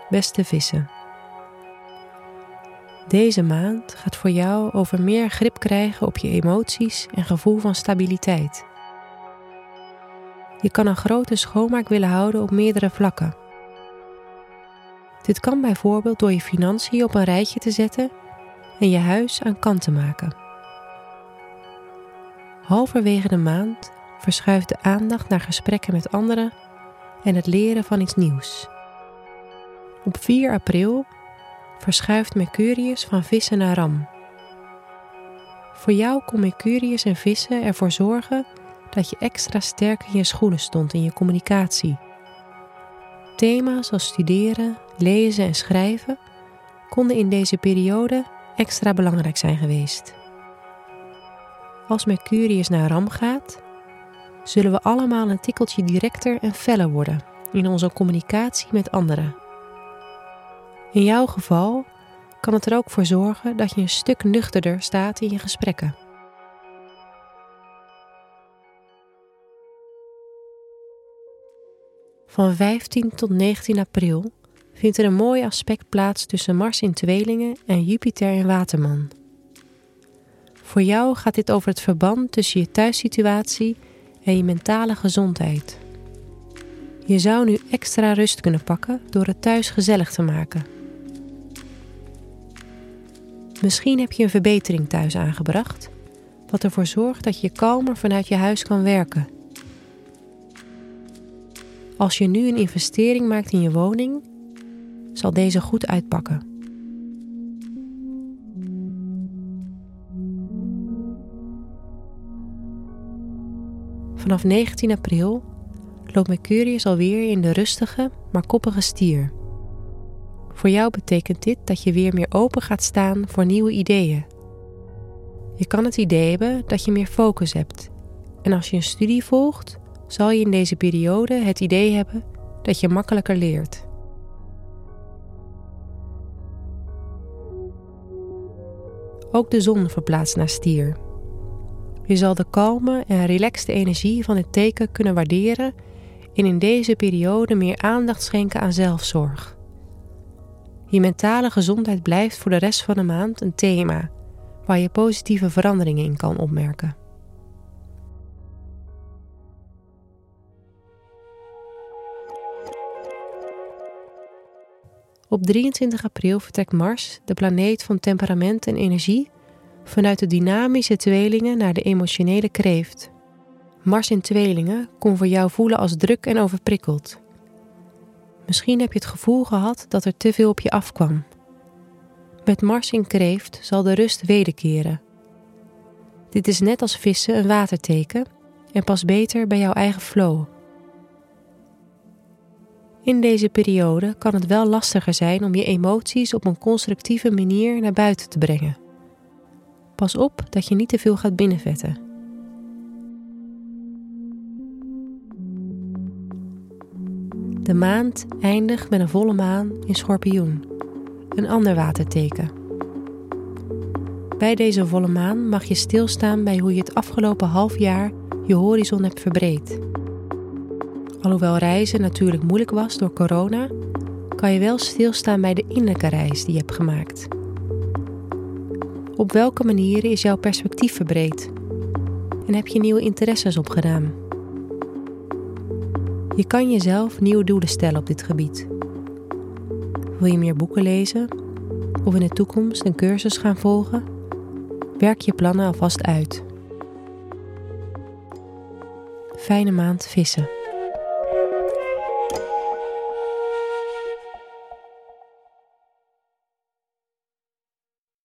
beste vissen. Deze maand gaat voor jou over meer grip krijgen op je emoties en gevoel van stabiliteit. Je kan een grote schoonmaak willen houden op meerdere vlakken. Dit kan bijvoorbeeld door je financiën op een rijtje te zetten en je huis aan kant te maken. Halverwege de maand verschuift de aandacht naar gesprekken met anderen en het leren van iets nieuws. Op 4 april verschuift Mercurius van Vissen naar Ram. Voor jou kon Mercurius en Vissen ervoor zorgen dat je extra sterk in je schoenen stond in je communicatie. Thema's als studeren, lezen en schrijven konden in deze periode extra belangrijk zijn geweest. Als Mercurius naar Ram gaat, zullen we allemaal een tikkeltje directer en feller worden in onze communicatie met anderen. In jouw geval kan het er ook voor zorgen dat je een stuk nuchterder staat in je gesprekken. Van 15 tot 19 april vindt er een mooi aspect plaats tussen Mars in Tweelingen en Jupiter in Waterman. Voor jou gaat dit over het verband tussen je thuissituatie en je mentale gezondheid. Je zou nu extra rust kunnen pakken door het thuis gezellig te maken. Misschien heb je een verbetering thuis aangebracht, wat ervoor zorgt dat je kalmer vanuit je huis kan werken. Als je nu een investering maakt in je woning, zal deze goed uitpakken. Vanaf 19 april loopt Mercurius alweer in de rustige, maar koppige stier. Voor jou betekent dit dat je weer meer open gaat staan voor nieuwe ideeën. Je kan het idee hebben dat je meer focus hebt. En als je een studie volgt, zal je in deze periode het idee hebben dat je makkelijker leert. Ook de zon verplaatst naar stier. Je zal de kalme en relaxte energie van het teken kunnen waarderen en in deze periode meer aandacht schenken aan zelfzorg. Je mentale gezondheid blijft voor de rest van de maand een thema waar je positieve veranderingen in kan opmerken. Op 23 april vertrekt Mars, de planeet van temperament en energie, vanuit de dynamische tweelingen naar de emotionele kreeft. Mars in tweelingen kon voor jou voelen als druk en overprikkeld. Misschien heb je het gevoel gehad dat er te veel op je afkwam. Met Mars in kreeft zal de rust wederkeren. Dit is net als vissen een waterteken en past beter bij jouw eigen flow. In deze periode kan het wel lastiger zijn om je emoties op een constructieve manier naar buiten te brengen. Pas op dat je niet te veel gaat binnenvetten. De maand eindigt met een volle maan in Schorpioen, een ander waterteken. Bij deze volle maan mag je stilstaan bij hoe je het afgelopen half jaar je horizon hebt verbreed. Alhoewel reizen natuurlijk moeilijk was door corona, kan je wel stilstaan bij de innerlijke reis die je hebt gemaakt. Op welke manieren is jouw perspectief verbreed? En heb je nieuwe interesses opgedaan? Je kan jezelf nieuwe doelen stellen op dit gebied. Wil je meer boeken lezen? Of in de toekomst een cursus gaan volgen? Werk je plannen alvast uit. Fijne maand vissen.